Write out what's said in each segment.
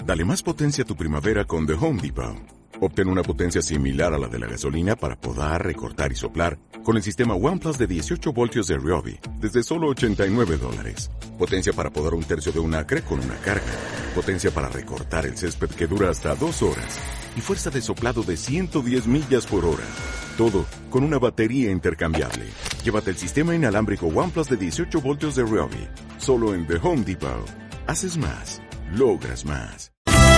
Dale más potencia a tu primavera con The Home Depot. Obtén una potencia similar a la de la gasolina para podar, recortar y soplar con el sistema OnePlus de 18 voltios de Ryobi desde solo $89. Potencia para podar un tercio de un acre con una carga. Potencia para recortar el césped que dura hasta 2 horas. Y fuerza de soplado de 110 millas por hora. Todo con una batería intercambiable. Llévate el sistema inalámbrico OnePlus de 18 voltios de Ryobi. Solo en The Home Depot. Haces más. Logras más.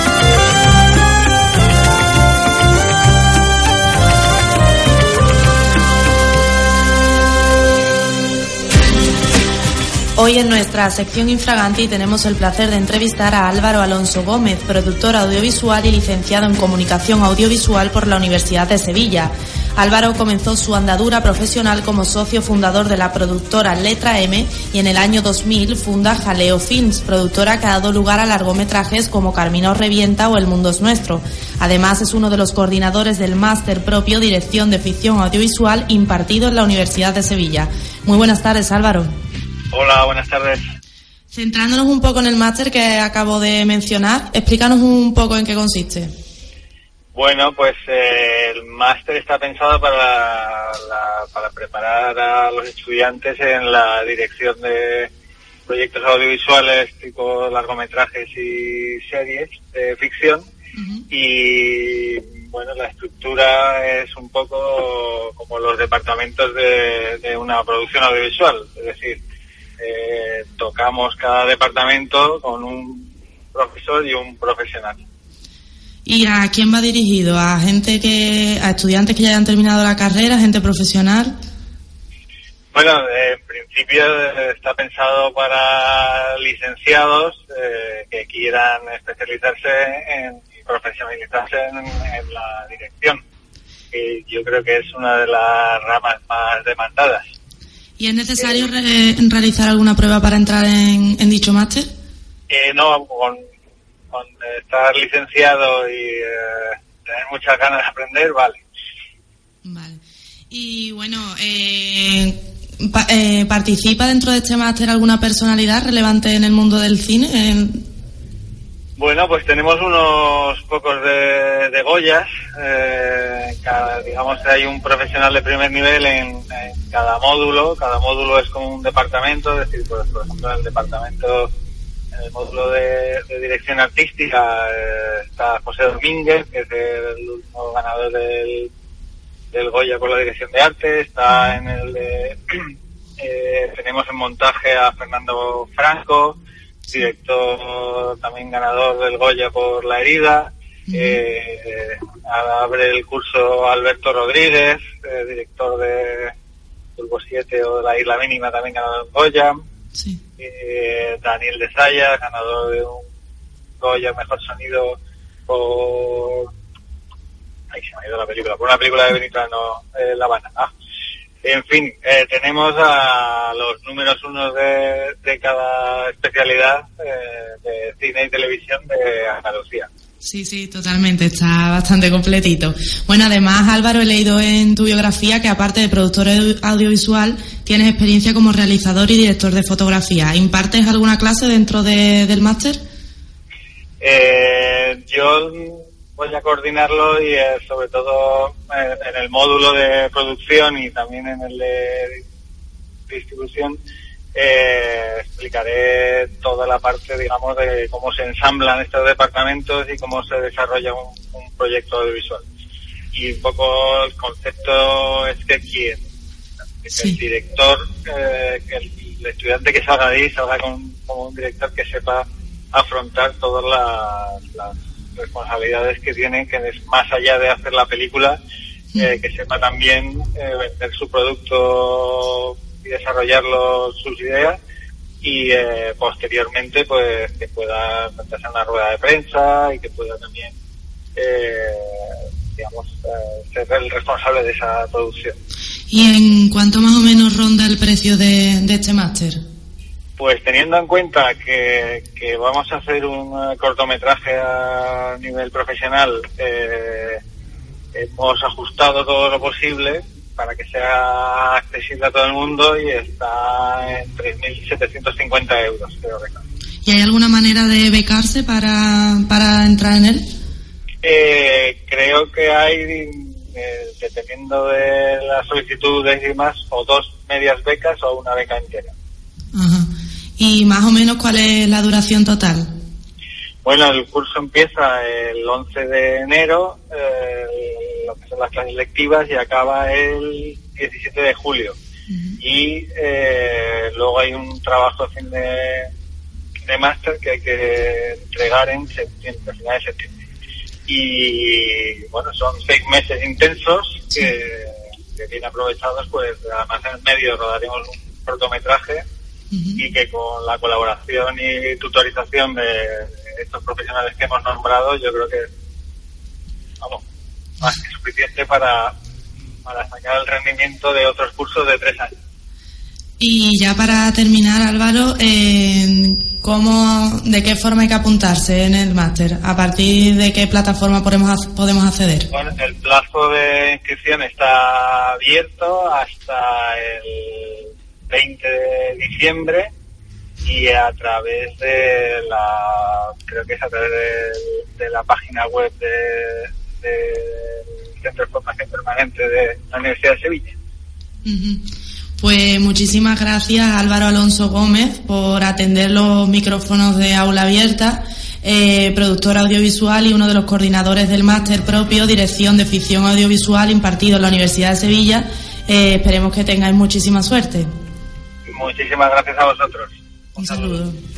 Hoy en nuestra sección Infraganti tenemos el placer de entrevistar a Álvaro Alonso Gómez, productor audiovisual y licenciado en Comunicación Audiovisual por la Universidad de Sevilla. Álvaro comenzó su andadura profesional como socio fundador de la productora Letra M y en el año 2000 funda Jaleo Films, productora que ha dado lugar a largometrajes como Carmina os revienta o El mundo es nuestro. Además es uno de los coordinadores del máster propio Dirección de Ficción Audiovisual impartido en la Universidad de Sevilla. Muy buenas tardes, Álvaro. Hola, buenas tardes. Centrándonos un poco en el máster que acabo de mencionar, explícanos un poco en qué consiste. Bueno, pues el máster está pensado para preparar a los estudiantes en la dirección de proyectos audiovisuales tipo largometrajes y series de ficción. Uh-huh. Y bueno, la estructura es un poco como los departamentos de una producción audiovisual, es decir, tocamos cada departamento con un profesor y un profesional. ¿Y a quién va dirigido? ¿A estudiantes que ya hayan terminado la carrera, gente profesional? Bueno, en principio está pensado para licenciados que quieran especializarse y profesionalizarse en la dirección. Y yo creo que es una de las ramas más demandadas. ¿Y es necesario realizar alguna prueba para entrar en dicho máster? No, con estar licenciado y tener muchas ganas de aprender, vale. Vale. Y bueno, ¿participa dentro de este máster alguna personalidad relevante en el mundo del cine? Bueno, pues tenemos unos pocos de Goyas. Digamos que hay un profesional de primer nivel en cada módulo. Cada módulo es como un departamento, es decir, por ejemplo, en el módulo de dirección artística está José Domínguez, que es el último ganador del Goya por la dirección de arte. Está en el de tenemos en montaje a Fernando Franco, director también ganador del Goya por La herida. Abre el curso Alberto Rodríguez, director de Turbo 7 o de La isla mínima, también ganador del Goya. Sí. Daniel de Saya, ganador de un Goya mejor sonido por... Ahí se me ha ido la película, por una película de Benito La Habana. En fin, tenemos a los números uno de cada especialidad de cine y televisión de Andalucía. Sí, totalmente, está bastante completito. Bueno, además, Álvaro, he leído en tu biografía que aparte de productor audiovisual, tienes experiencia como realizador y director de fotografía. ¿Impartes alguna clase dentro del máster? Yo voy a coordinarlo y sobre todo en el módulo de producción y también en el de distribución explicaré toda la parte, digamos, de cómo se ensamblan estos departamentos y cómo se desarrolla un proyecto audiovisual. Y un poco el concepto es que el director, que el estudiante que salga de ahí salga como un director que sepa afrontar todas las responsabilidades que tiene, que es más allá de hacer la película, que sepa también vender su producto y desarrollarlo, sus ideas, y posteriormente pues que pueda meterse en una rueda de prensa y que pueda también ser el responsable de esa producción. ¿Y en cuánto más o menos ronda el precio de este máster? Pues teniendo en cuenta que vamos a hacer un cortometraje a nivel profesional, hemos ajustado todo lo posible para que sea accesible a todo el mundo y está en 3.750 euros, creo que. ¿Y hay alguna manera de becarse para entrar en él? Creo que hay, dependiendo de las solicitudes y demás, o 2 medias becas o una beca entera. Ajá. ¿Y más o menos cuál es la duración total? Bueno, el curso empieza el 11 de enero, lo que son las clases lectivas, y acaba el 17 de julio. Uh-huh. Y luego hay un trabajo a fin de máster que hay que entregar en septiembre, a finales de septiembre. Y bueno, son 6 meses intensos que bien aprovechados, pues además en el medio rodaremos un cortometraje. Uh-huh. Y que con la colaboración y tutorización de estos profesionales que hemos nombrado, yo creo que vamos, más que suficiente para sacar el rendimiento de otros cursos de 3 años. Y ya para terminar, Álvaro, ¿de qué forma hay que apuntarse en el máster? ¿A partir de qué plataforma podemos acceder? Bueno, el plazo de inscripción está abierto hasta el 20 de diciembre y a través de creo que es a través de la página web del Centro de Formación Permanente de la Universidad de Sevilla. Uh-huh. Pues muchísimas gracias, Álvaro Alonso Gómez, por atender los micrófonos de Aula Abierta, productor audiovisual y uno de los coordinadores del máster propio, Dirección de Ficción Audiovisual, impartido en la Universidad de Sevilla. Esperemos que tengáis muchísima suerte. Muchísimas gracias a vosotros. Un saludo.